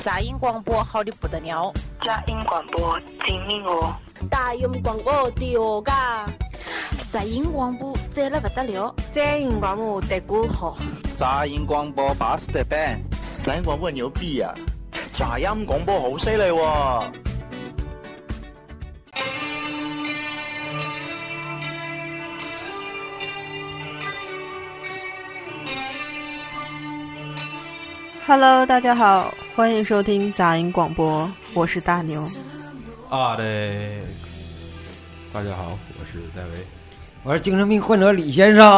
杂音广播好的不得了， 杂音广播精明哦， 大音广播屌噶， 杂音广播赞了不得了， 杂音广播得鼓好， 杂音广播巴适得板， 杂音广播牛逼呀、杂音廣播好犀利喎！ Hello， 大家好，欢迎收听杂音广播，我是大牛。 Alex， 大家好，我是戴维， 我是精神病患者李先生，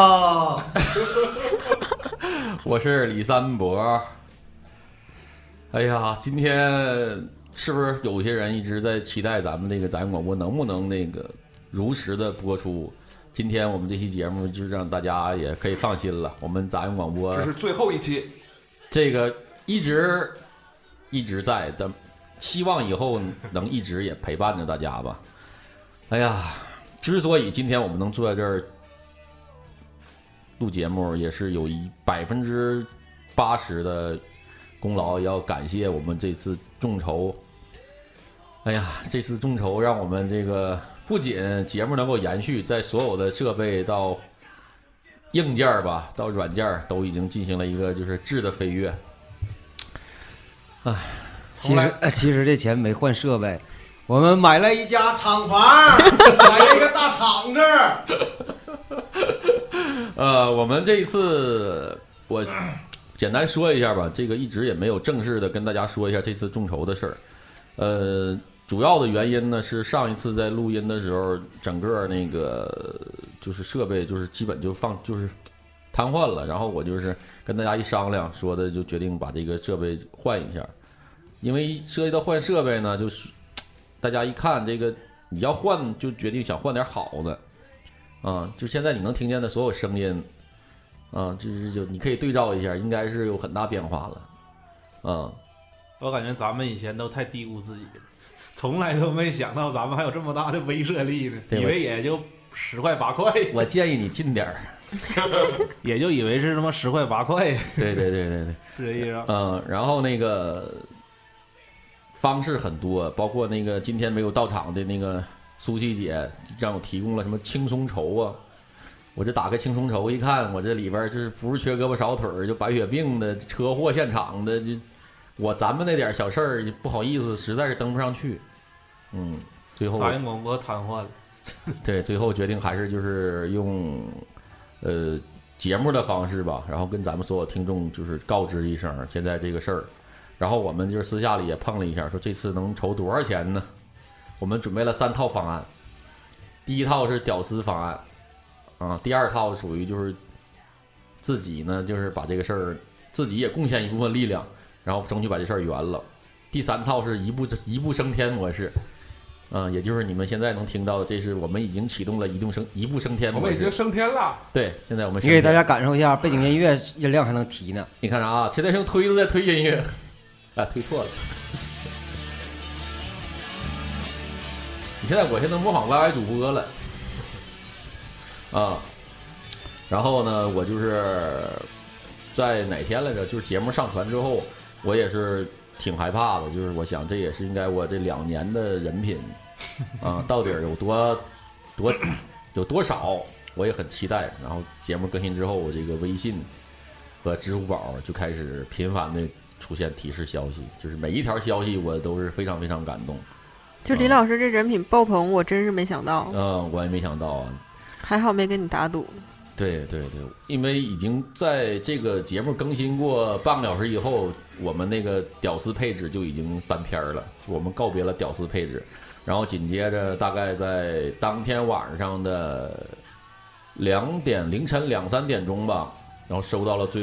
我是李三博。哎呀，今天是不是有些人一直在期待咱们这个杂音广播能不能如实的播出？今天我们这期节目就让大家也可以放心了，我们杂音广播这是最后一期。 这个一直在，咱希望以后能一直也陪伴着大家吧。哎呀，之所以今天我们能坐在这儿录节目，也是有80%的功劳，要感谢我们这次众筹。哎呀，这次众筹让我们这个不仅节目能够延续，在所有的设备到硬件吧，到软件都已经进行了一个就是质的飞跃。哎， 其实这钱没换设备，我们买了一家厂房，买了一个大厂子。 我们这一次我简单说一下吧，这个一直也没有正式的跟大家说一下这次众筹的事儿。主要的原因呢是上一次在录音的时候，整个就是设备就是基本就是瘫痪了，然后我就是跟大家一商量，说的就决定把这个设备换一下。因为涉及到换设备呢，就是大家一看这个你要换，就决定想换点好的，就现在你能听见的所有声音，就你可以对照一下，应该是有很大变化了， 我感觉咱们以前都太低估自己了，从来都没想到咱们还有这么大的威慑力呢，以为也就10块8块。 我建议你近点儿。 也就以为是他妈10块8块。 对，是这意思。 然后方式很多，包括今天没有到场的苏西姐让我提供了什么轻松筹啊，我这打开轻松筹一看，我这里边就是不是缺胳膊少腿儿，就白血病的、车祸现场的，咱们那点小事儿不好意思，实在是登不上去。最后杂音广播瘫痪了。 对，最后决定还是就是用节目的方式吧，然后跟咱们所有听众就是告知一声现在这个事儿，然后我们就是私下里也碰了一下，说这次能筹多少钱呢？我们准备了3套方案，第一套是屌丝方案，第二套属于就是自己呢就是把这个事儿自己也贡献一部分力量，然后争取把这事儿圆了。第3套是一步升天模式。也就是你们现在能听到的，这是我们已经启动了一步升天模式。 我们已经升天了。 对，现在我们你给大家感受一下，背景音乐音量还能提呢。 你看啥？现在用推子在推音乐，推错了。我现在模仿 YY 主播了，然后呢，我就是在哪天来着？就是节目上传之后，我也是挺害怕的，就是我想这也是应该我这2年的人品。到底有多少，我也很期待。然后节目更新之后，我这个微信和支付宝就开始频繁的出现提示消息，就是每一条消息我都是非常非常感动。 就李老师这人品爆棚，我真是没想到。 我也没想到啊， 还好没跟你打赌。 对，因为已经在这个节目更新过半个小时以后，我们那个屌丝配置就已经翻篇了，我们告别了屌丝配置。然后紧接着大概在当天晚上的凌晨2、3点钟吧，然后收到了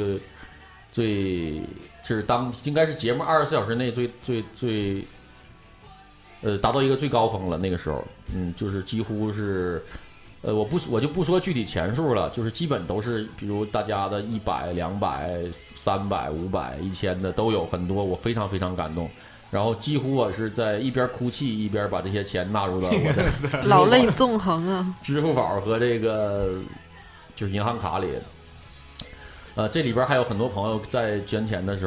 是应该是节目24小时内最达到一个最高峰了。那个时候就是几乎是我就不说具体钱数了，就是基本都是比如大家的100、200、300、500、1000的都有很多，我非常非常感动。然后几乎我是在一边哭泣一边把这些钱纳入到我的老泪纵横啊， 支付宝和这个就是银行卡里。这里边还有很多朋友在捐钱的时候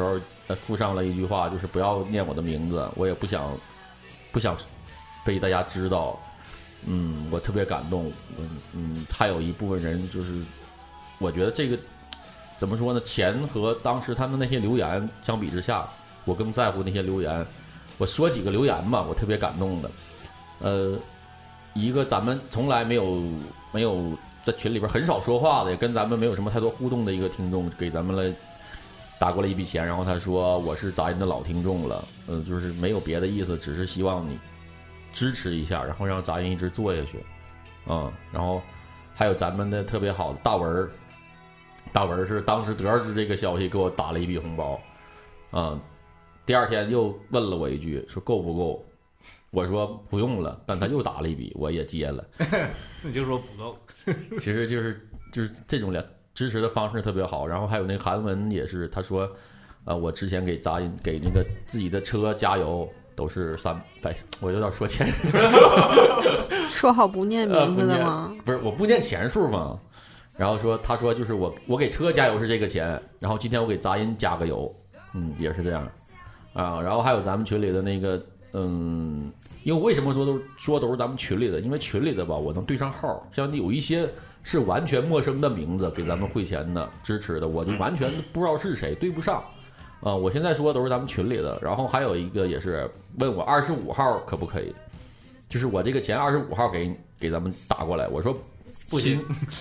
附上了一句话，就是不要念我的名字，我也不想被大家知道。我特别感动。还有一部分人就是，我觉得这个怎么说呢？钱和当时他们那些留言相比之下，我更在乎那些留言。我说几个留言吧，我特别感动的。一个咱们从来没有在群里边很少说话的，也跟咱们没有什么太多互动的一个听众，给咱们了打过来一笔钱，然后他说我是杂音的老听众了，就是没有别的意思，只是希望你支持一下，然后让杂音一直做下去，然后还有咱们的特别好的大文是当时得知这个消息给我打了一笔红包，第二天又问了我一句，说够不够？我说不用了，但他又打了一笔，我也接了。 你就说不够， 其实就是这种支持的方式特别好。然后还有那个韩文也是，他说，我之前给杂音给那个自己的车加油都是300，我有点说钱。 说好不念名字的吗？ 不是，我不念钱数嘛。然后他说就是我给车加油是这个钱，然后今天我给杂音加个油，也是这样啊。然后还有咱们群里的那个。因为为什么说都是咱们群里的？因为群里的吧，我能对上号。像有一些是完全陌生的名字给咱们汇钱的、支持的，我就完全不知道是谁，对不上。我现在说都是咱们群里的。然后还有一个也是问我25号可不可以，就是我这个钱25号给咱们打过来，我说不行。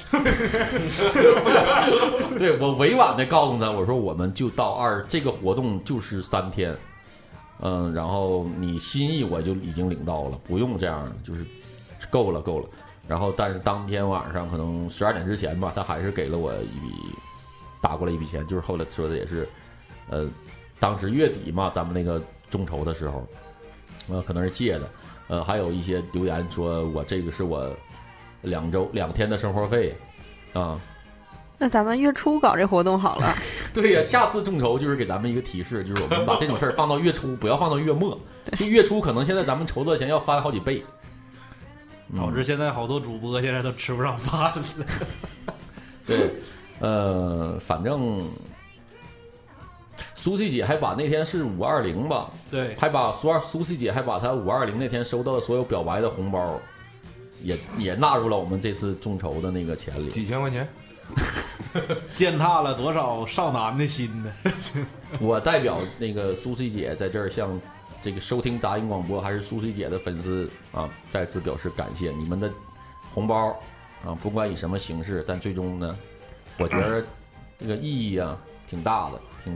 对，我委婉的告诉他，我说我们就到这个活动就是3天。然后你心意我就已经领到了，不用这样，就是够了。然后但是当天晚上可能12点之前吧，他还是给了我打过来一笔钱，就是后来说的也是，当时月底嘛，咱们那个众筹的时候，可能是借的，还有一些留言说我这个是我2天的生活费， 那咱们月初搞这活动好了。 对呀，下次众筹就是给咱们一个提示，就是我们把这种事儿放到月初，不要放到月末。月初可能现在咱们筹的钱要翻好几倍， 导致现在好多主播现在都吃不上饭了。 对，反正苏西姐还把那天是520吧， 对， 还把苏西姐还把她520那天收到的所有表白的红包，也纳入了我们这次众筹的那个钱里， 几千块钱。 践踏了多少少男的心呢？ 我代表那个苏西姐在这儿向这个收听杂音广播还是苏西姐的粉丝再次表示感谢。你们的红包不管以什么形式，但最终呢，我觉得这个意义挺大。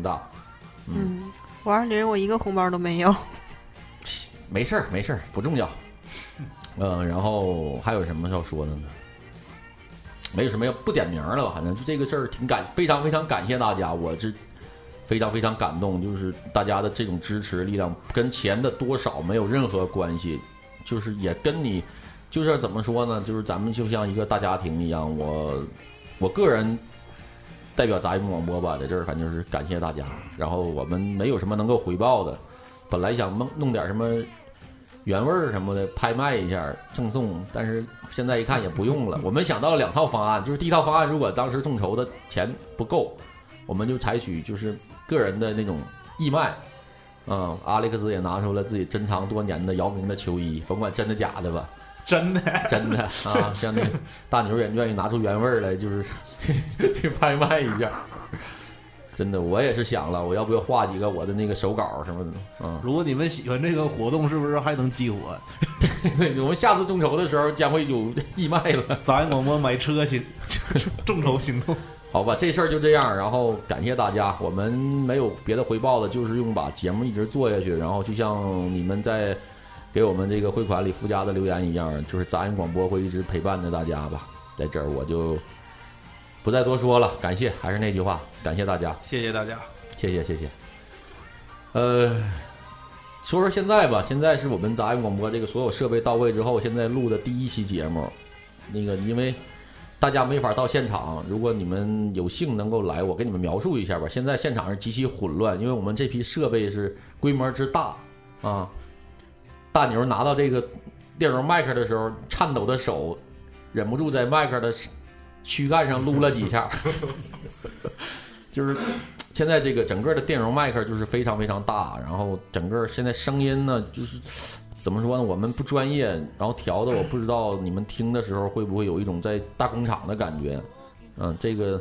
520我一个红包都没有。 没事儿，不重要。然后还有什么要说的呢？没有什么要不点名了，反正就这个事儿非常非常感谢大家，我是非常非常感动，就是大家的这种支持力量跟钱的多少没有任何关系，就是也跟你就是怎么说呢，就是咱们就像一个大家庭一样，我个人代表杂音广播吧，在这儿反正就是感谢大家，然后我们没有什么能够回报的，本来想弄点什么原味儿什么的拍卖一下赠送，但是现在一看也不用了。我们想到了2套方案，就是第一套方案，如果当时众筹的钱不够，我们就采取就是个人的那种义卖。阿历克斯也拿出了自己珍藏多年的姚明的球衣，甭管真的假的吧，真的啊，像那大牛也愿意拿出原味来，就是去拍卖一下。真的，我也是想了，我要不要画几个我的那个手稿什么的。 如果你们喜欢这个活动，是不是还能激活？ 对，我们下次众筹的时候将会有义卖了。 杂音广播买车众筹行动。 好吧，这事儿就这样。然后感谢大家，我们没有别的回报的，就是用把节目一直做下去。然后就像你们在给我们这个汇款里附加的留言一样，就是杂音广播会一直陪伴着大家吧。在这儿我就不再多说了，感谢，还是那句话，感谢大家， 谢谢大家， 谢谢。说说现在吧，现在是我们杂音广播这个所有设备到位之后，现在录的第1期节目。那个因为大家没法到现场，如果你们有幸能够来，我给你们描述一下吧。现在现场是极其混乱，因为我们这批设备是规模之大啊。大牛拿到这个电容麦克的时候，颤抖的手忍不住在麦克的躯干上撸了几下，就是现在这个整个的电容麦克就是非常非常大，然后整个现在声音呢就是怎么说呢？我们不专业，然后调的我不知道你们听的时候会不会有一种在大工厂的感觉。这个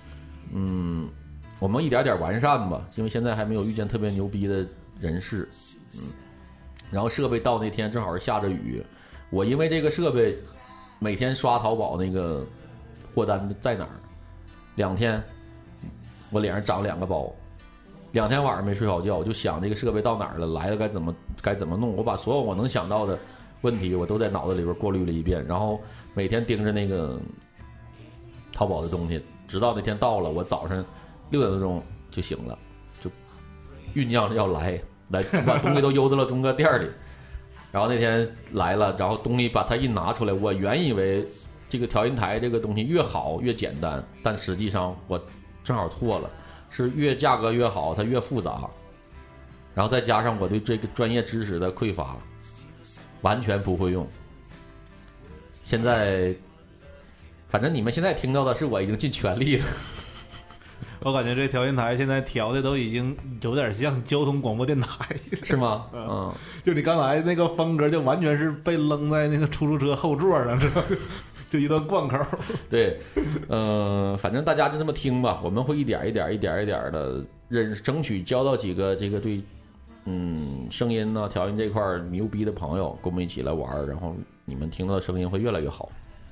我们一点点完善吧，因为现在还没有遇见特别牛逼的人士。然后设备到那天正好是下着雨，我因为这个设备每天刷淘宝那个货单在哪儿，2天我脸上长2个包，2天晚上没睡好觉，我就想这个设备到哪儿了，来了该怎么弄，我把所有我能想到的问题我都在脑子里边过滤了一遍，然后每天盯着那个淘宝的东西，直到那天到了，我早上6点多钟就醒了，就酝酿着要来把东西都邮到了中哥店里，然后那天来了，然后东西把它一拿出来，我原以为这个调音台这个东西越好越简单，但实际上我正好错了，是越价格越好它越复杂，然后再加上我对这个专业知识的匮乏，完全不会用。现在反正你们现在听到的是我已经尽全力了。 我感觉这调音台现在调的都已经有点像交通广播电台， 是吗？ 就你刚才那个风格，就完全是被扔在那个出租车后座上，是吧？就一段贯口。 对，反正大家就这么听吧，我们会一点一点的争取交到几个这个对，声音呢、调音这块牛逼的朋友，跟我们一起来玩，然后你们听到的声音会越来越好。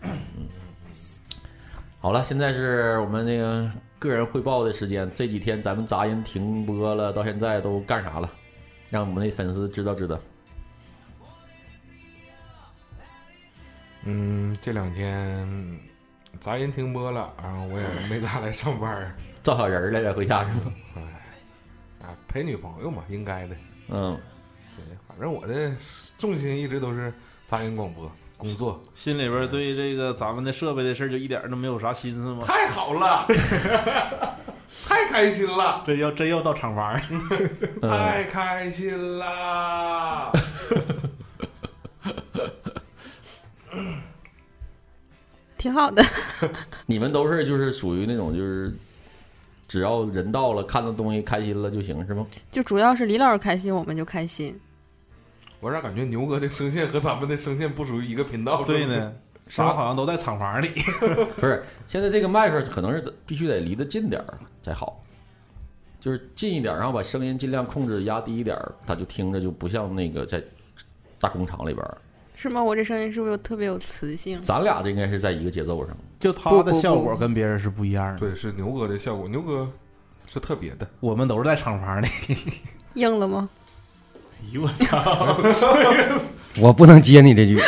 好了，现在是我们那个个人汇报的时间。这几天咱们杂音停播了，到现在都干啥了？让我们的粉丝知道知道。 这2天杂音停播了，然后我也没咋来上班， 造小人来了，回家是吗？ 陪女朋友嘛，应该的。对，反正我的重心一直都是杂音广播工作， 心里边对这个咱们的设备的事就一点都没有啥心思吗？ 太好了，太开心了， 真要到厂房， 太开心啦！ 挺好的。 你们都是就是属于那种就是只要人到了看到东西开心了就行是吗？ 就主要是李老师开心我们就开心。 我咋感觉牛哥的声线和咱们的声线不属于一个频道？ 对呢，啥好像都在厂房里。 不是，现在这个麦克可能是必须得离得近点才好，就是近一点，然后把声音尽量控制压低一点，它就听着就不像那个在大工厂里边。 是吗？我这声音是不是特别有磁性？ 咱俩这应该是在一个节奏上， 就他的效果跟别人是不一样的。 对，是牛哥的效果，牛哥是特别的。 我们都是在厂房里。 硬了吗？ 哎呦我操！ 我不能接你这句。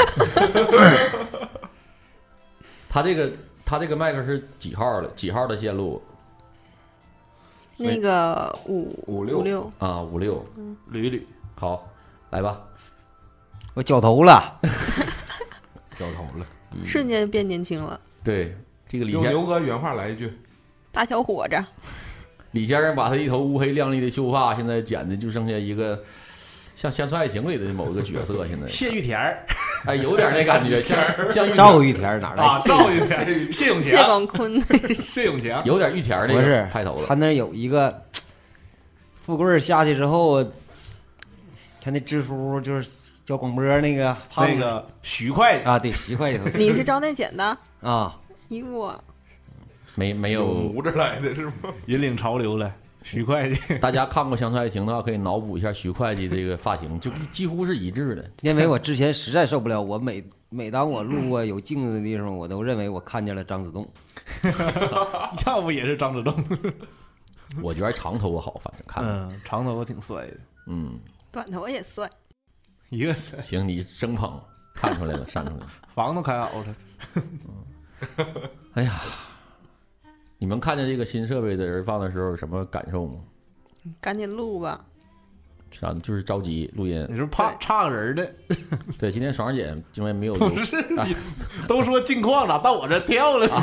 他这个麦克是几号的线路？ 那个56 啊，56， 捋。 好，来吧。 我绞头了， 绞头了， 瞬间变年轻了。 对，这个李用牛哥原话来一句： 大小伙子。 李先生把他一头乌黑亮丽的秀发，现在剪的就剩下一个像《乡村爱情》里的某个角色，现在谢玉田儿， 哎，有点那感觉，像赵玉田哪来？ 赵玉田、谢永强、 谢广坤、 谢永强， 有点玉田那个派头了。 他那有一个富贵下去之后，他那支书就是叫广播那个徐会啊，对，徐会里头。 你是招内剪的啊？ 咦我。 没有捂着来的是吗？ 引领潮流了，徐会计。 大家看过《乡村爱情》的话，可以脑补一下徐会计这个发型，就几乎是一致的。 因为我之前实在受不了，我每当我路过有镜子的地方，我都认为我看见了张子栋。 要不也是张子栋？ 我觉得长头发好，反正看。 长头发挺帅的。 短头发也帅。 一个行，你生捧看出来了，上出来了， 房都开好了。 哎呀。你们看见这个新设备的人放的时候有什么感受吗？ 赶紧录吧。 啥？就是着急录音。 你是怕差个人的？ 对，今天爽姐因为没有不是，都说镜框咋到我这跳了？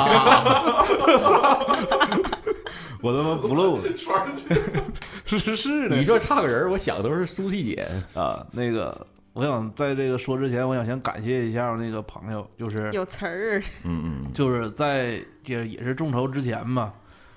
我他妈不录了。 爽姐是的。 你说差个人，我想都是苏西姐啊。那个，我想在这个说之前，我想先感谢一下那个朋友，就是有词儿。 就是在也是众筹之前嘛，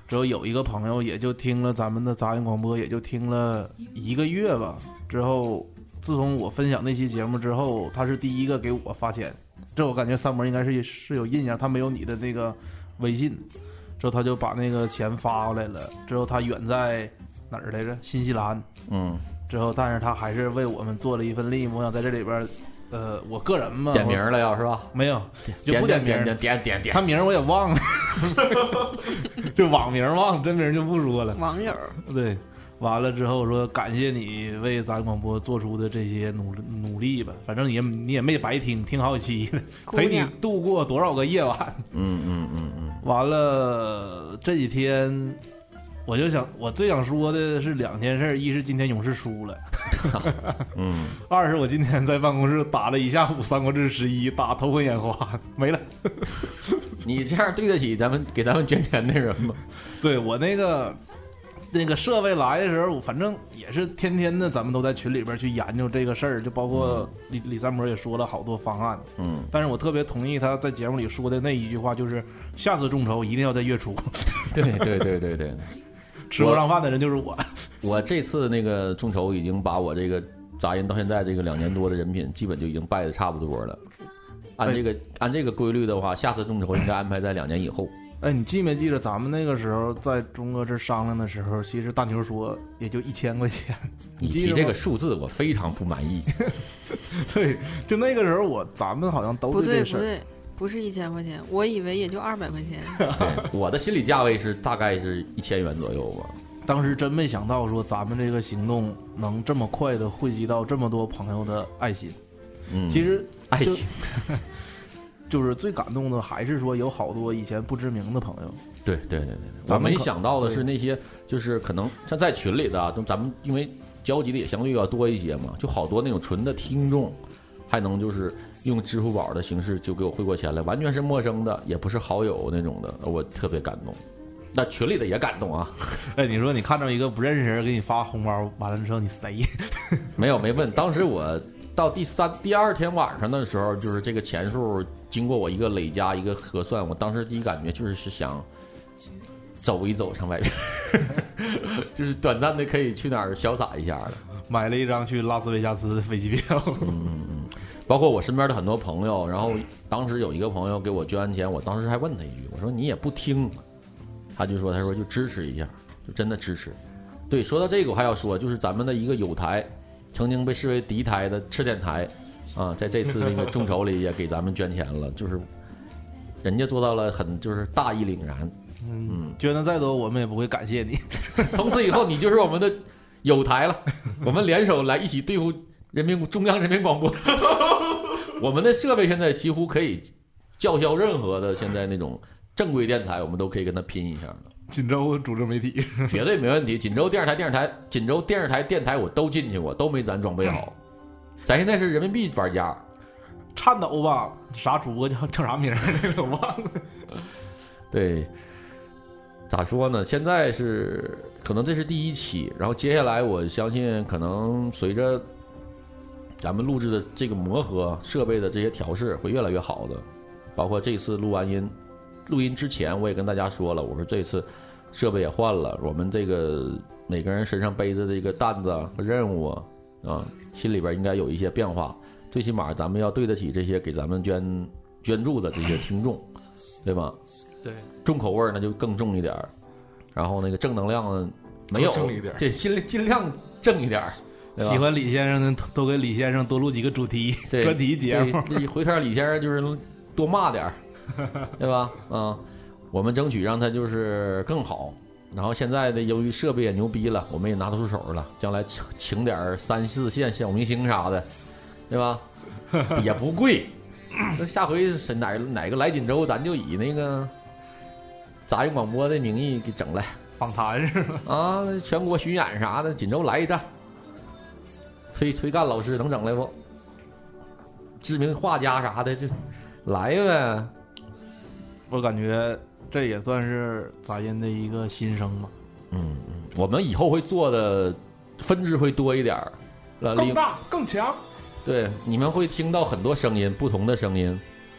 之后有一个朋友也就听了咱们的杂音广播，也就听了1个月吧。之后自从我分享那期节目之后，他是第一个给我发钱，这我感觉三模应该是有印象，他没有你的那个微信，之后他就把那个钱发过来了。之后他远在哪儿来着？新西兰。之后但是他还是为我们做了一份力，我想在这里边。我个人嘛， 点名了要是吧？ 没有，就不点名， 点， 他名我也忘了，就网名忘了，真名就不说了。 网友对，完了之后说感谢你为咱广播做出的这些努力吧，反正你也没白听好几期了，陪你度过多少个夜晚。完了这几天。我最想说的是2件事，一是今天勇士输了，二是我今天在办公室打了一下午《三国志11》，打头昏眼花，没了。 你这样对得起给咱们捐钱的人吗？ 对，我那个设备来的时候，反正也是天天的，咱们都在群里边去研究这个事儿，就包括李三模也说了好多方案。但是我特别同意他在节目里说的那一句话，就是下次众筹一定要在月初。 对。 吃不上饭的人就是我。 我这次那个众筹已经把我这个杂音到现在这个2年多的人品，基本就已经败的差不多了。按这个规律的话，下次众筹应该安排在2年以后。 哎，你记没记得咱们那个时候在钟哥这商量的时候，其实大牛说也就1000块钱。 你提这个数字，我非常不满意。 对，就那个时候咱们好像都不对。不是1000块钱，我以为也就200块钱。 对，我的心理价位是大概是1000元左右吧。 当时真没想到说咱们这个行动能这么快的汇集到这么多朋友的爱心。其实爱心就是最感动的，还是说有好多以前不知名的朋友。 对，我没想到的是那些就是可能像在群里的，咱们因为交集的也相对要多一些嘛，就好多那种纯的听众，还能就是用支付宝的形式就给我汇过钱来，完全是陌生的，也不是好友那种的，我特别感动。那群里的也感动啊！ 哎，你说你看着一个不认识人给你发红包，完了之后你谁？ 没问。当时我到第2天晚上的时候，就是这个钱数经过我一个累加一个核算，我当时第一感觉就是想走一走上外边，就是短暂的可以去哪儿潇洒一下了。 买了一张去拉斯维加斯的飞机票。 包括我身边的很多朋友，然后当时有一个朋友给我捐完钱，我当时还问他一句，我说你也不听，他说就支持一下，就真的支持。对，说到这个我还要说，就是咱们的一个友台，曾经被视为敌台的赤电台啊，在这次那个众筹里也给咱们捐钱了，就是人家做到了就是大义凛然。 捐的再多我们也不会感谢你。 从此以后你就是我们的友台了，我们联手来一起对付中央人民广播。我们的设备现在几乎可以叫嚣任何的现在那种正规电台，我们都可以跟他拼一下的。 锦州主流媒体绝对没问题，锦州电视台电台我都进去过，都没咱装备好。咱现在是人民币玩家， 颤抖吧？啥主播叫啥名我忘了。 对，咋说呢？现在是可能这是第1期，然后接下来我相信可能随着咱们录制的这个磨合，设备的这些调试会越来越好的。包括这次录音之前我也跟大家说了，我说这次设备也换了，我们这个每个人身上背着这个担子和任务啊，心里边应该有一些变化。最起码咱们要对得起这些给咱们捐助的这些听众，对吧？ 对， 重口味那就更重一点，然后那个正能量没有，这尽量正一点。 喜欢李先生的都给李先生多录几个专题节目。 回头李先生就是多骂点，对吧？我们争取让他就是更好。然后现在的由于设备也牛逼了，我们也拿得出手了，将来请点3、4线小明星啥的，对吧？也不贵。那下回是哪个来锦州，咱就以那个杂音广播的名义给整来访谈是吧？ 啊，全国巡演啥的，锦州来一站。崔干老师能整来不？知名画家啥的就来呗。 我感觉这也算是杂音的一个新生吧。 我们以后会做的分支会多一点， 更大更强。 对，你们会听到很多声音，不同的声音。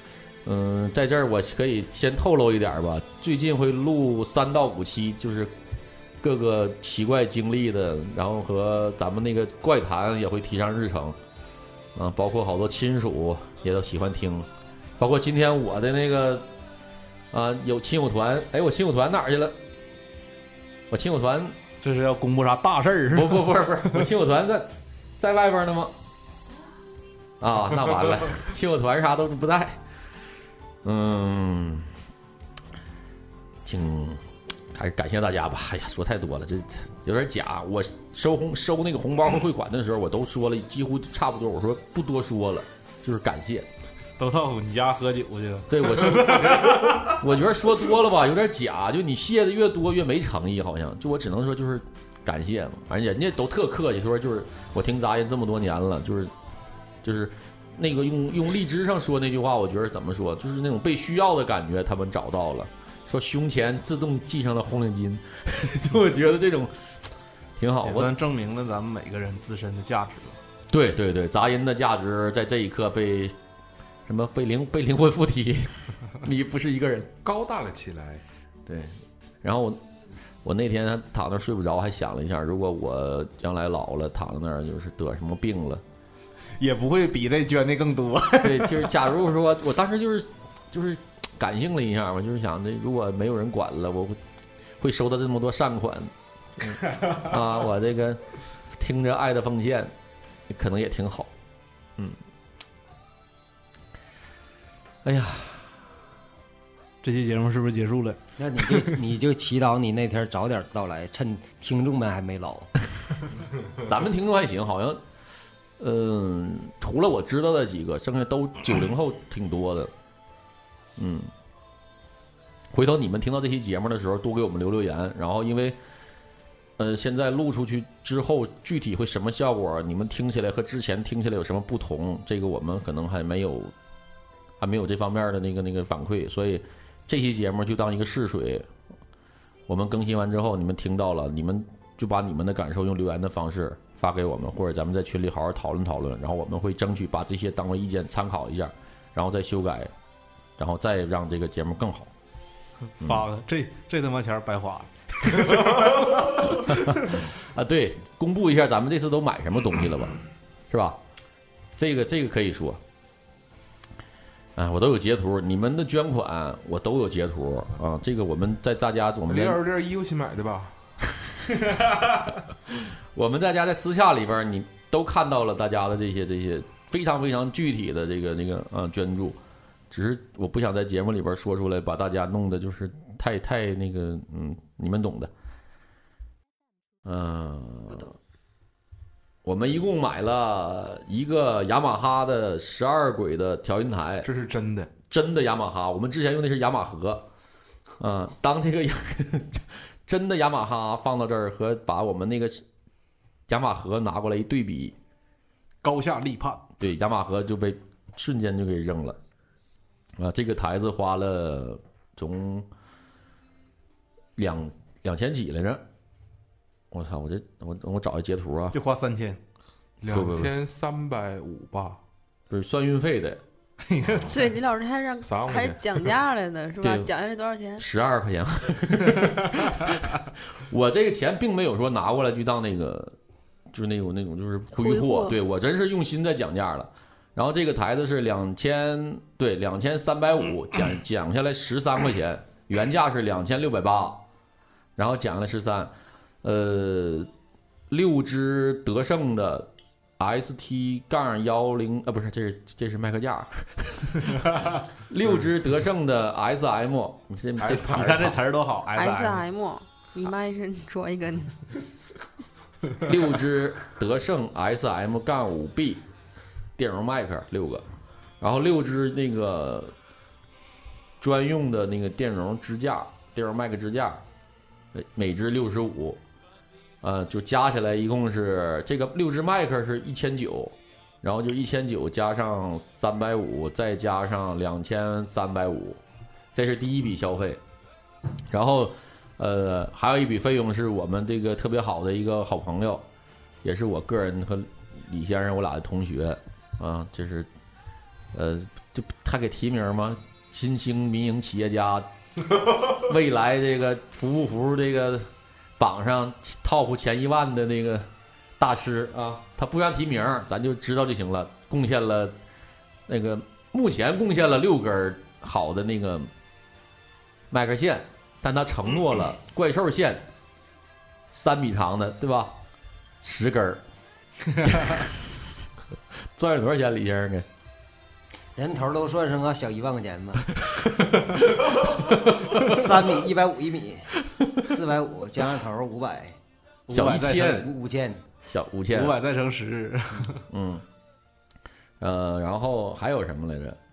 在这儿我可以先透露一点吧，最近会录3到5期，就是各个奇怪经历的，然后和咱们那个怪谈也会提上日程，包括好多亲属也都喜欢听，包括今天我的那个有亲友团，哎，我亲友团哪儿去了？我亲友团这是要公布啥大事儿？ 不是，我亲友团在外边呢吗？啊，那完了，亲友团啥都不在。还是感谢大家吧。哎呀，说太多了，这有点假。我收那个红包和汇款的时候，我都说了，几乎差不多。我说不多说了，就是感谢。 都到你家喝酒去了。 对，我觉得说多了吧，有点假。就你谢的越多越没诚意，好像。就我只能说就是感谢嘛。反正人家都特客气，说就是我听杂音这么多年了，就是那个用荔枝上说那句话，我觉得怎么说，就是那种被需要的感觉，他们找到了。说胸前自动系上了红领巾，就我觉得这种挺好。 也算证明了咱们每个人自身的价值。 对，杂音的价值在这一刻被灵魂附体，你不是一个人， 高大了起来。 对，然后我那天躺那睡不着，还想了一下，如果我将来老了躺在那儿，就是得什么病了， 也不会比这捐的更多。 对，就是假如说我当时就是感性了一下嘛，就是想着如果没有人管了，我会收到这么多善款，我这个听着爱的奉献，可能也挺好。哎呀， 这期节目是不是结束了？ 那你就祈祷你那天早点到来，趁听众们还没老。 咱们听众还行，好像除了我知道的几个，剩下都90后挺多的。回头你们听到这期节目的时候，多给我们留言。然后因为现在录出去之后，具体会什么效果，你们听起来和之前听起来有什么不同，这个我们可能还没有这方面的那个反馈，所以这期节目就当一个试水。我们更新完之后，你们听到了，你们就把你们的感受用留言的方式发给我们，或者咱们在群里好好讨论讨论，然后我们会争取把这些当为意见参考一下，然后再修改，然后再让这个节目更好。 发了，这他妈钱白花了。对，公布一下咱们这次都买什么东西了吧，是吧？这个可以说。我都有截图，你们的捐款我都有截图啊。这个我们在大家我们这衣服新买的吧？ 我们大家在私下里边，你都看到了大家的这些非常非常具体的这个捐助，只是我不想在节目里边说出来，把大家弄得就是太那个你们懂的。我们一共买了一个雅马哈的12轨的调音台， 这是真的雅马哈。我们之前用的是雅马哈，当这个真的雅马哈放到这儿和把我们那个雅马哈拿过来一对比， 高下立判。 对，雅马哈就被瞬间就给扔了。这个台子花了从2000几来着。我操！我找一截图啊， 就花 3000，2350吧， 不是算运费的。 对，李老师还讲价来呢，是吧？讲下来多少钱 ？12块钱。我这个钱并没有说拿过来就当那个，就是那种就是挥霍。对，我真是用心在讲价了。然后这个台子是2350，讲下来13块钱，原价是2680，然后讲了13。6支德胜的 ST-10，不是，这是麦克架，6支德胜的 SM， 你看这词儿多好 ，SM， 你麦是说一根 ，6支德胜 SM-5B 电容麦克6个，然后6支那个专用的那个电容支架，电容麦克支架，每支65。就加起来一共是这个6支麦克是1900，然后就1900加上350，再加上2350，这是第一笔消费。然后还有一笔费用是我们这个特别好的一个好朋友，也是我个人和李先生我俩的同学啊，就是就他给提名吗？ 新兴民营企业家，未来这个服务服这个榜上 top 前10000的那个大师啊，他不愿提名，咱就知道就行了。贡献了那个目前贡献了6根好的那个麦克线，但他承诺了怪兽线3米长的，对吧？10根赚了多少钱？李先生给人头都算上啊，小1万块钱吧。3米150米，450加上头500， 小1000， 5000， 小5000 ，500再乘10。 然后还有什么来着？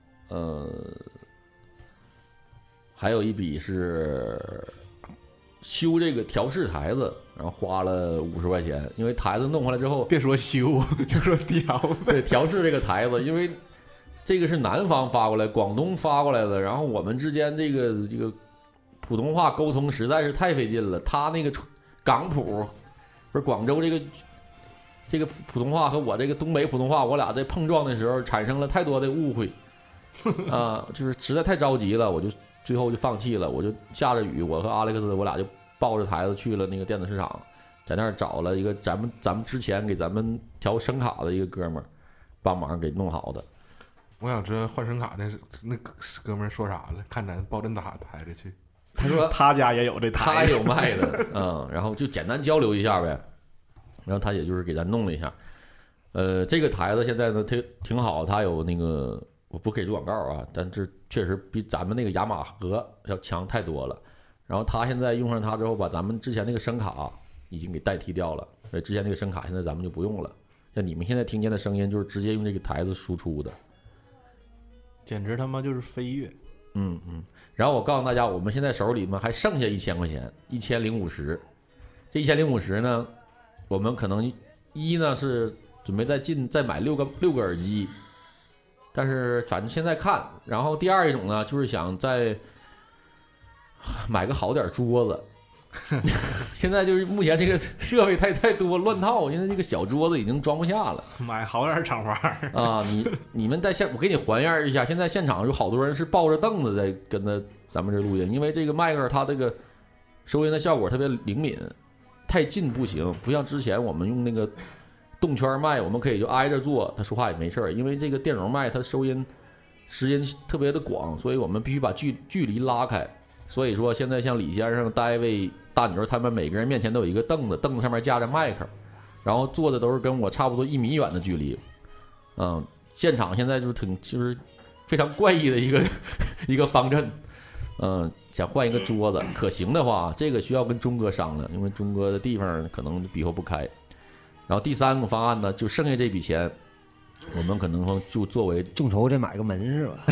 还有一笔是修这个调试台子，然后花了50块钱，因为台子弄回来之后， 别说修，就说调。 对，调试这个台子，因为这个是南方发过来，广东发过来的，然后我们之间这个普通话沟通实在是太费劲了。他那个港普不是广州这个普通话和我这个东北普通话，我俩在碰撞的时候产生了太多的误会啊，就是实在太着急了，我就最后就放弃了。我就下着雨，我和阿历克斯我俩就抱着台子去了那个电子市场，在那儿找了一个咱们之前给咱们调声卡的一个哥们儿，帮忙给弄好的。 我想知道换声卡那哥们儿说啥了？看咱抱真打台子去。 他说他家也有这台， 他也有卖的，然后就简单交流一下呗。然后他也就是给咱弄了一下，这个台子现在呢，它挺好，它有那个我不给做广告啊，但是确实比咱们那个雅马哈要强太多了。然后他现在用上它之后，把咱们之前那个声卡已经给代替掉了，所以之前那个声卡现在咱们就不用了。像你们现在听见的声音，就是直接用这个台子输出的， 简直他妈就是飞跃。 然后我告诉大家，我们现在手里面还剩下1000块钱，1050。这1050呢，我们可能呢是准备再买6个耳机，但是反正现在看。然后第二一种呢，就是想再买个好点桌子。现在就是目前这个设备太多乱套，现在这个小桌子已经装不下了。 买好点厂房啊！你们在我给你还原一下，现在现场有好多人是抱着凳子在跟咱们这录音，因为这个麦克它这个收音的效果特别灵敏，太近不行，不像之前我们用那个动圈麦，我们可以就挨着坐，他说话也没事儿。因为这个电容麦它收音时间特别的广，所以我们必须把距离拉开。所以说现在像李先生、戴维、大牛他们每个人面前都有一个凳子，凳子上面架着麦克，然后坐的都是跟我差不多1米远的距离。现场现在就是非常怪异的一个方阵。想换一个桌子，可行的话，这个需要跟钟哥商量，因为钟哥的地方可能比划不开。然后第3个方案呢，就剩下这笔钱，我们可能就作为众筹再买个门是吧？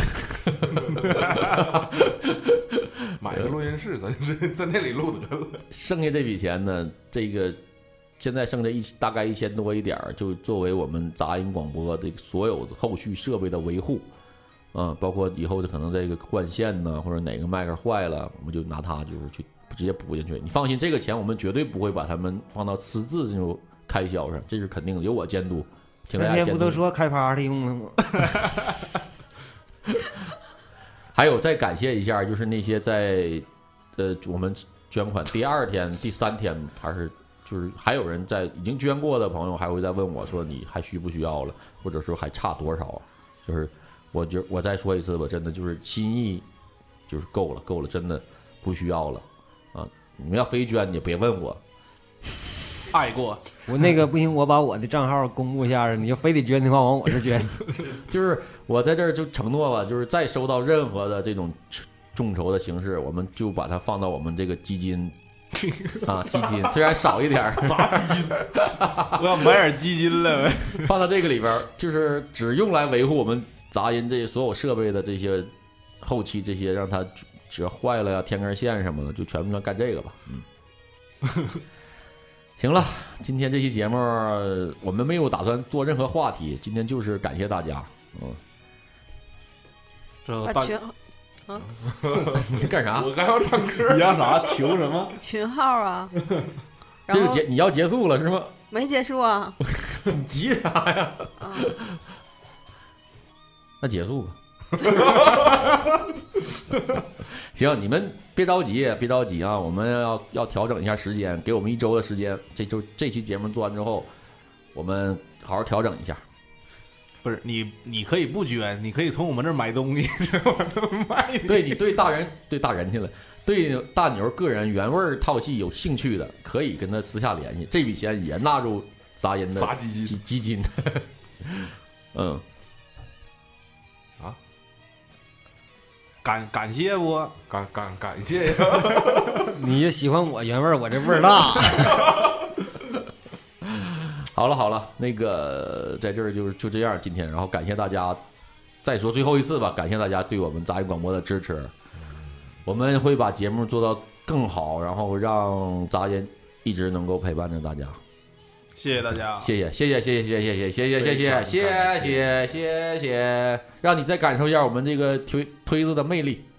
买个录音室，咱在那里录得了。 剩下这笔钱呢，这个现在剩下大概1000多一点，就作为我们杂音广播的所有后续设备的维护。包括以后可能这个换线呢，或者哪个麦克坏了，我们就拿它就是去直接补进去。你放心，这个钱我们绝对不会把它们放到私自这种开销上，这是肯定的，有我监督。 今天不都说开 party 用了吗？ 还有再感谢一下，就是那些在我们捐款第2天、第3天，还是就是还有人在已经捐过的朋友，还会再问我说你还需不需要了，或者说还差多少？就是我再说一次吧，真的就是心意就是够了，真的不需要了啊！你们要非捐也别问我， 爱过我那个不行，我把我的账号公布一下，你要非得捐的话，往我这捐。 就是我在这儿就承诺吧，就是再收到任何的这种众筹的形式，我们就把它放到我们这个基金啊，基金虽然少一点， 砸基金，我要买点基金了， 放到这个里边，就是只用来维护我们杂音这所有设备的这些后期这些，让它只要坏了呀、添根线什么的，就全部干这个吧。行了，今天这期节目我们没有打算做任何话题，今天就是感谢大家。你干啥？ 我刚要唱歌。 你要啥？求什么？ 群号啊。 这个你要结束了是吗？ 没结束啊。 你急啥呀？那结束吧。 行，你们别着急，别着急啊！我们要调整一下时间，给我们1周的时间。这期节目做完之后，我们好好调整一下。 不是你可以不捐，你可以从我们这儿买东西，卖。 对你对大人去了，对大牛个人原味套系有兴趣的，可以跟他私下联系，这笔钱也纳入杂音的杂基金。嗯。 感谢不？ 感谢呀！ 你也喜欢我原味，我这味儿大。 好了，那个在这儿就这样，今天，然后感谢大家，再说最后一次吧，感谢大家对我们杂音广播的支持，我们会把节目做到更好，然后让杂音一直能够陪伴着大家。 谢谢大家， 谢谢，让你再感受一下我们这个推子的魅力。